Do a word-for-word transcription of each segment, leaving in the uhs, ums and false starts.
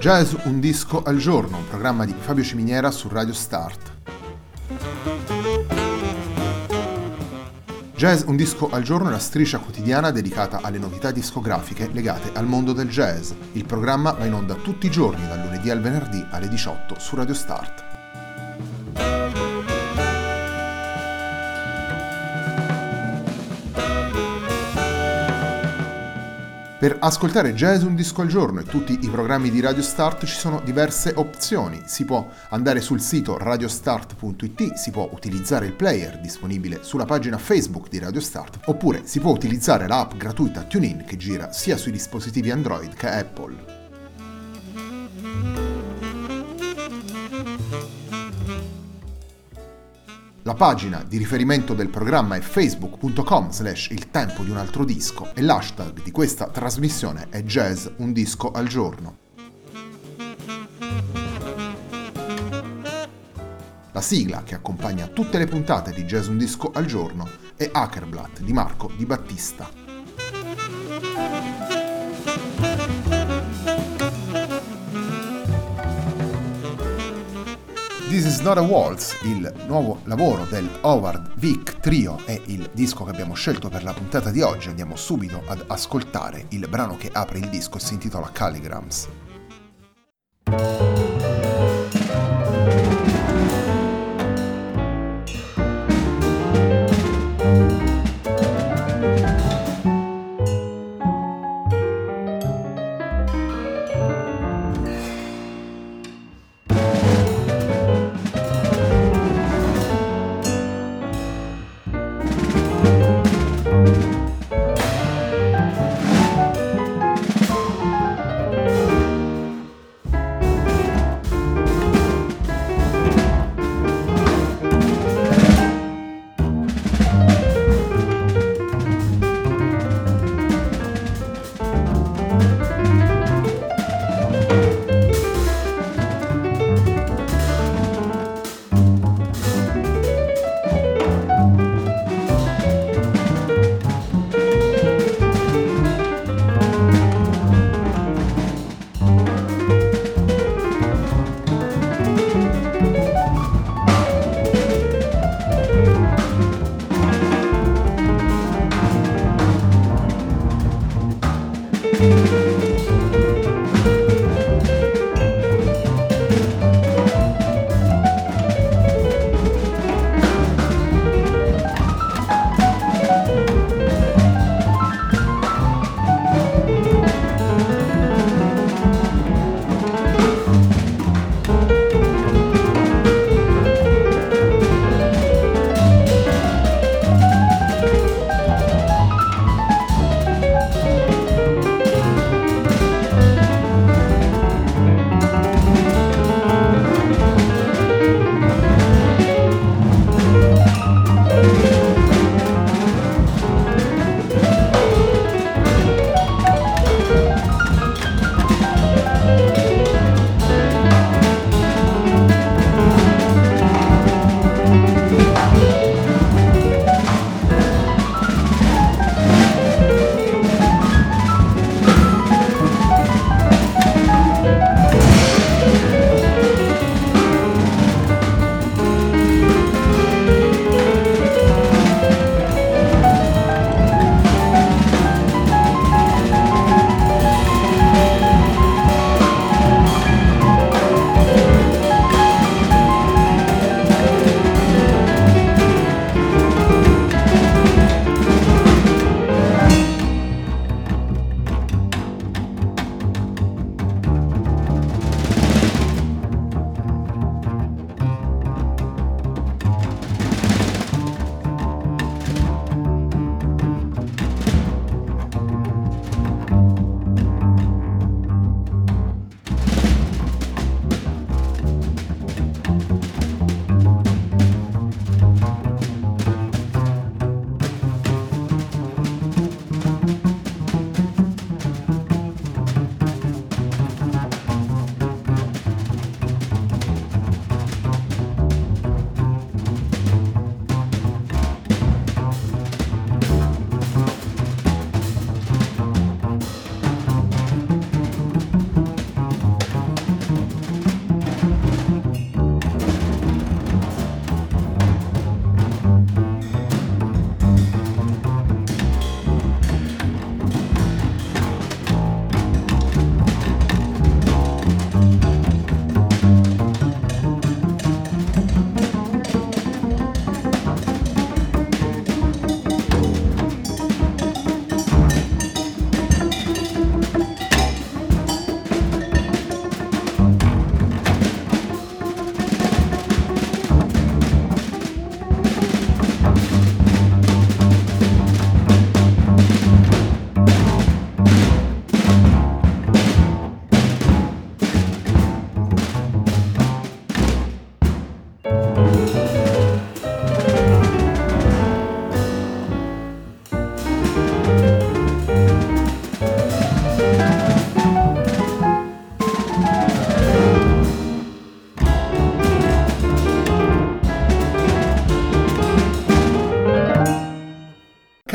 Jazz un disco al giorno, un programma di Fabio Ciminiera su Radio Start. Jazz un disco al giorno è la striscia quotidiana dedicata alle novità discografiche legate al mondo del jazz. Il programma va in onda tutti i giorni, dal lunedì al venerdì alle diciotto su Radio Start. Per ascoltare Jazz un disco al giorno e tutti i programmi di Radio Start ci sono diverse opzioni. Si può andare sul sito radiostart punto it, si può utilizzare il player disponibile sulla pagina Facebook di Radio Start, oppure si può utilizzare l'app gratuita TuneIn che gira sia sui dispositivi Android che Apple. La pagina di riferimento del programma è facebook punto com slash il tempo di un altro disco e l'hashtag di questa trasmissione è Jazz un disco al giorno. La sigla che accompagna tutte le puntate di Jazz un disco al giorno è Hackerblatt di Marco Di Battista. This is not a waltz, il nuovo lavoro del Howard Vick Trio, è il disco che abbiamo scelto per la puntata di oggi. Andiamo subito ad ascoltare il brano che apre il disco e si intitola Calligrams.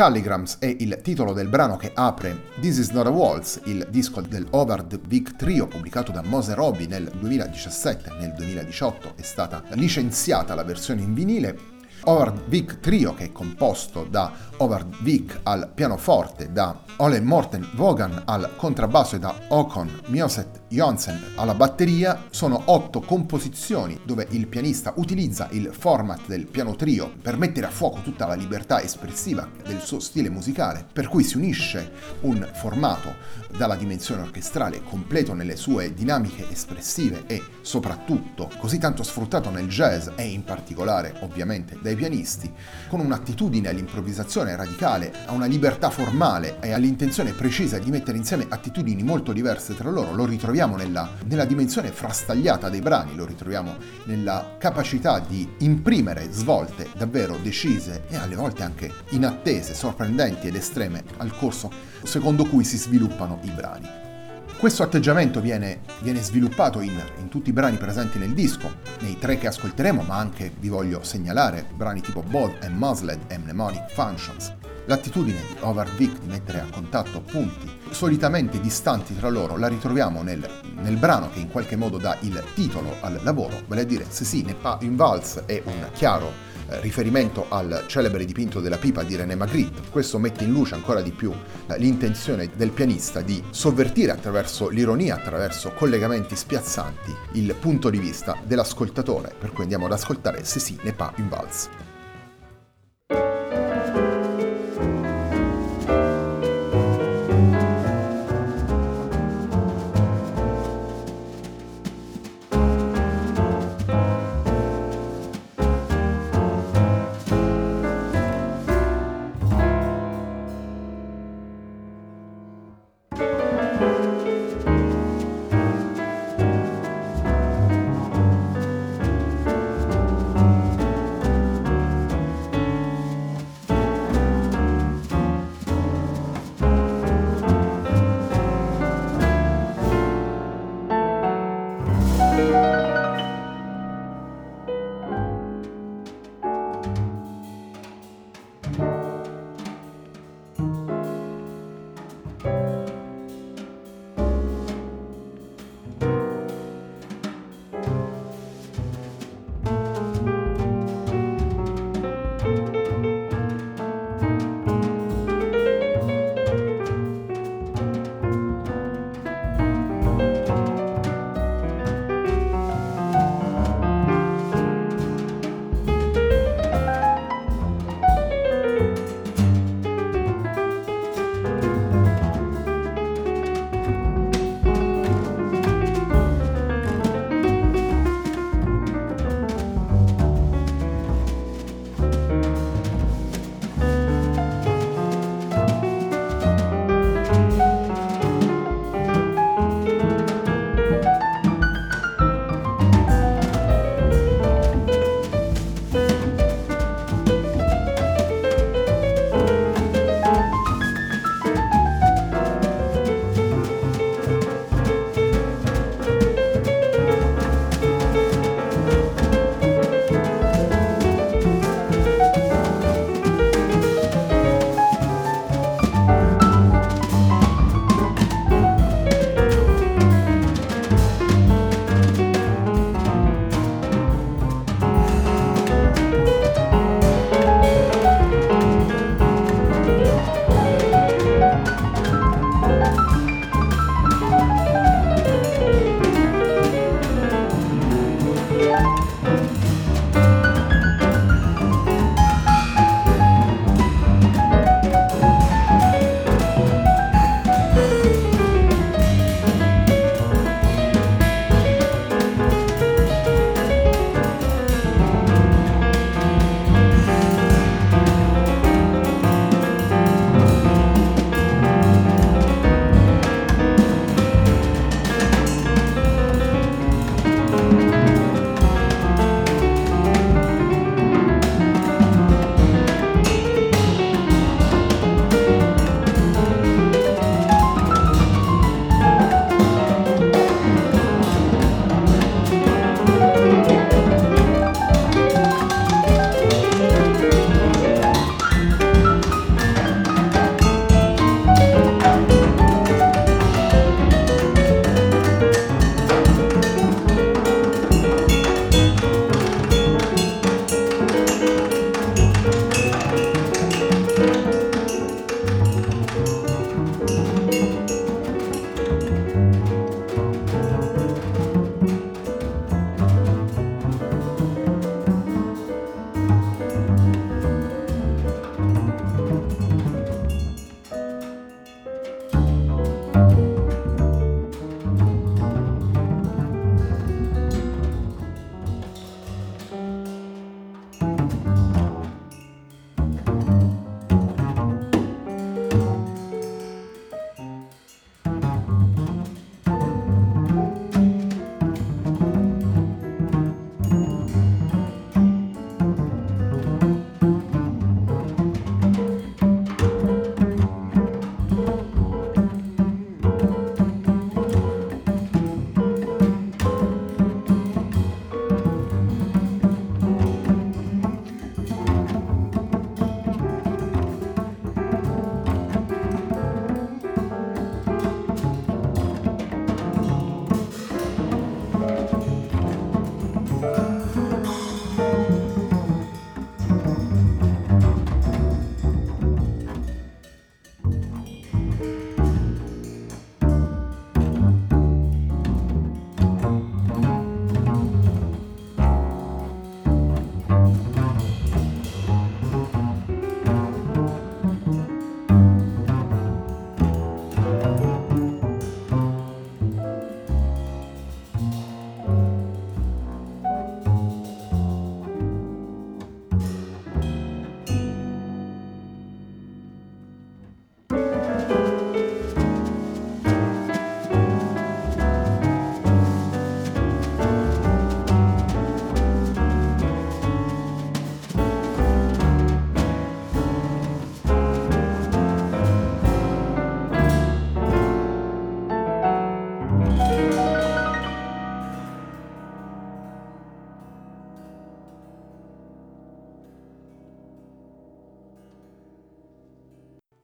Calligrams è il titolo del brano che apre This Is Not a Waltz, il disco del Howard Vic Trio pubblicato da Mose Robbie nel duemiladiciassette. Nel duemiladiciotto è stata licenziata la versione in vinile. Howard Vic Trio, che è composto da Howard Vic al pianoforte, da Ole Morten Vaughan al contrabbasso e da Håkon Mjøset Johnsen alla batteria, sono otto composizioni dove il pianista utilizza il format del piano trio per mettere a fuoco tutta la libertà espressiva del suo stile musicale, per cui si unisce un formato dalla dimensione orchestrale completo nelle sue dinamiche espressive e soprattutto così tanto sfruttato nel jazz e in particolare ovviamente dai pianisti, con un'attitudine all'improvvisazione radicale, a una libertà formale e all'intenzione precisa di mettere insieme attitudini molto diverse tra loro. Lo ritroviamo nella, nella dimensione frastagliata dei brani, lo ritroviamo nella capacità di imprimere svolte davvero decise e alle volte anche inattese, sorprendenti ed estreme al corso secondo cui si sviluppano i brani. Questo atteggiamento viene, viene sviluppato in, in tutti i brani presenti nel disco, nei tre che ascolteremo, ma anche vi voglio segnalare brani tipo Bold and Muzzled e Mnemonic Functions. L'attitudine di Howard Vic di mettere a contatto punti solitamente distanti tra loro la ritroviamo nel, nel brano che in qualche modo dà il titolo al lavoro, vale a dire Ceci n'est pas une valse, è un chiaro riferimento al celebre dipinto della pipa di René Magritte. Questo mette in luce ancora di più l'intenzione del pianista di sovvertire attraverso l'ironia, attraverso collegamenti spiazzanti, il punto di vista dell'ascoltatore, per cui andiamo ad ascoltare Ceci n'est pas une valse.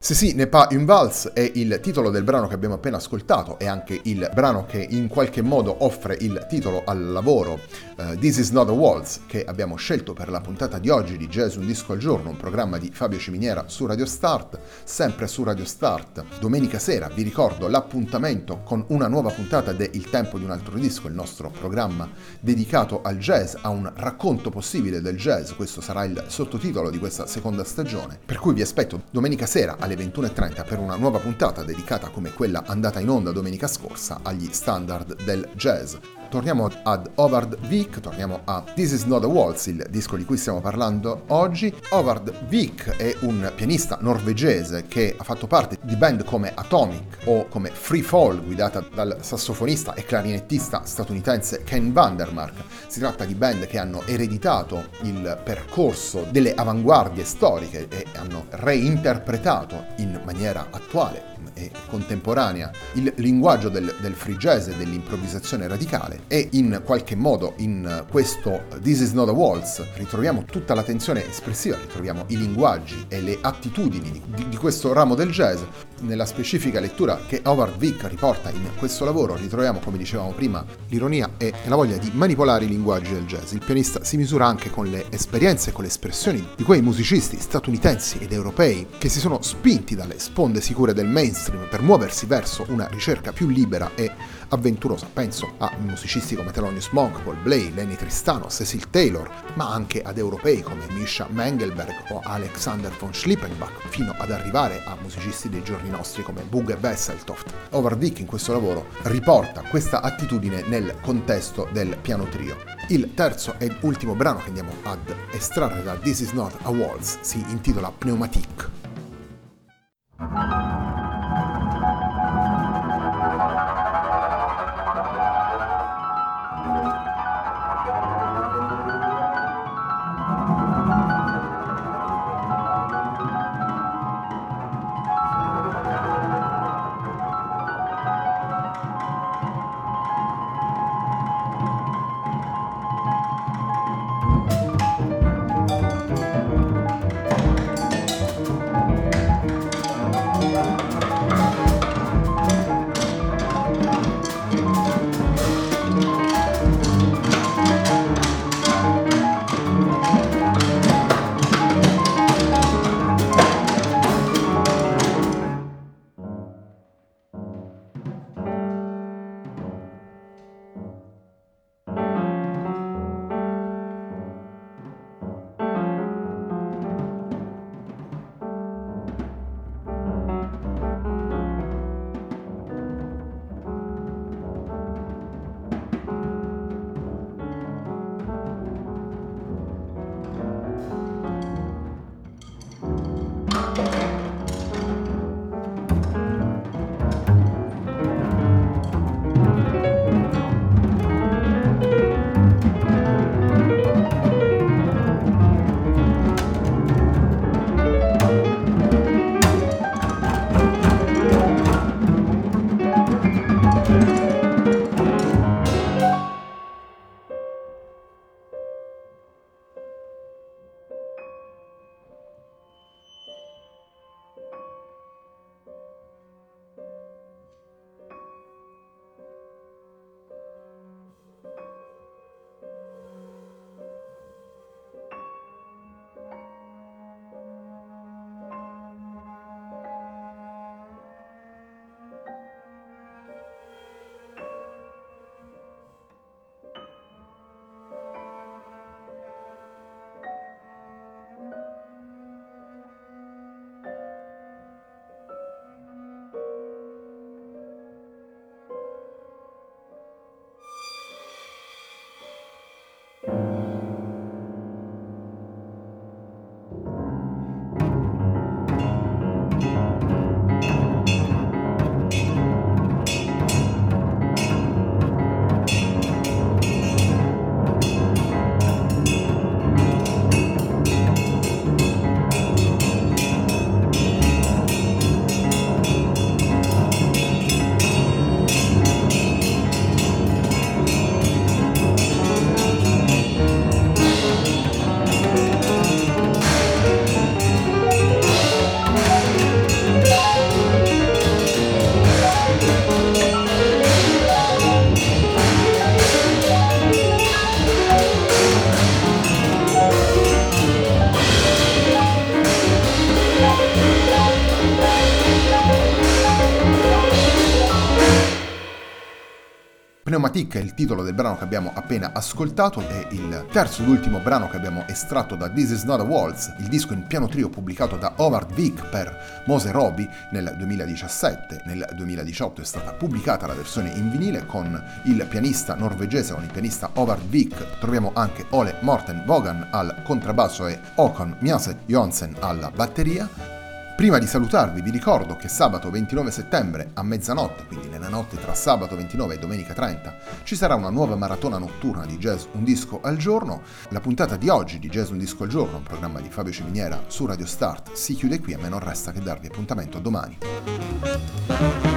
Ceci n'est pas une valse è il titolo del brano che abbiamo appena ascoltato, è anche il brano che in qualche modo offre il titolo al lavoro uh, This is not a waltz che abbiamo scelto per la puntata di oggi di Jazz Un Disco al Giorno, un programma di Fabio Ciminiera su Radio Start, sempre su Radio Start. Domenica sera vi ricordo l'appuntamento con una nuova puntata de Il tempo di un altro disco, il nostro programma dedicato al jazz, a un racconto possibile del jazz. Questo sarà il sottotitolo di questa seconda stagione, per cui vi aspetto domenica sera alle ventuno e trenta per una nuova puntata dedicata, come quella andata in onda domenica scorsa, agli standard del jazz. Torniamo ad Håvard Vik, torniamo a This is not a waltz, il disco di cui stiamo parlando oggi. Håvard Vik è un pianista norvegese che ha fatto parte di band come Atomic o come Free Fall, guidata dal sassofonista e clarinettista statunitense Ken Vandermark. Si tratta di band che hanno ereditato il percorso delle avanguardie storiche e hanno reinterpretato in maniera attuale e contemporanea il linguaggio del, del free jazz e dell'improvvisazione radicale, e in qualche modo in questo This is not a waltz ritroviamo tutta la tensione espressiva, ritroviamo i linguaggi e le attitudini di, di, di questo ramo del jazz. Nella specifica lettura che Håvard Vik riporta in questo lavoro ritroviamo, come dicevamo prima, l'ironia e la voglia di manipolare i linguaggi del jazz. Il pianista si misura anche con le esperienze e con le espressioni di quei musicisti statunitensi ed europei che si sono spinti dalle sponde sicure del mainstream per muoversi verso una ricerca più libera e avventurosa. Penso a musicisti come Thelonious Monk, Paul Bley, Lenny Tristano, Cecil Taylor, ma anche ad europei come Misha Mengelberg o Alexander von Schlippenbach, fino ad arrivare a musicisti dei giorni nostri come Bugge Wesseltoft. Håvard Vik in questo lavoro riporta questa attitudine nel contesto del piano trio. Il terzo ed ultimo brano che andiamo ad estrarre da This is not a waltz si intitola Pneumatique. Chromatic è il titolo del brano che abbiamo appena ascoltato, è il terzo ed ultimo brano che abbiamo estratto da This Is Not a Waltz, il disco in piano trio pubblicato da Howard Vick per Mose Robbie nel duemiladiciassette. Nel duemiladiciotto è stata pubblicata la versione in vinile con il pianista norvegese, con il pianista Howard Vick. Troviamo anche Ole Morten Vogan al contrabbasso e Håkon Mjase Johansen alla batteria. Prima di salutarvi vi ricordo che sabato ventinove settembre a mezzanotte, quindi nella notte tra sabato ventinove e domenica trenta, ci sarà una nuova maratona notturna di Jazz Un Disco al Giorno. La puntata di oggi di Jazz Un Disco al Giorno, un programma di Fabio Ciminiera su Radio Start, si chiude qui. A me non resta che darvi appuntamento domani.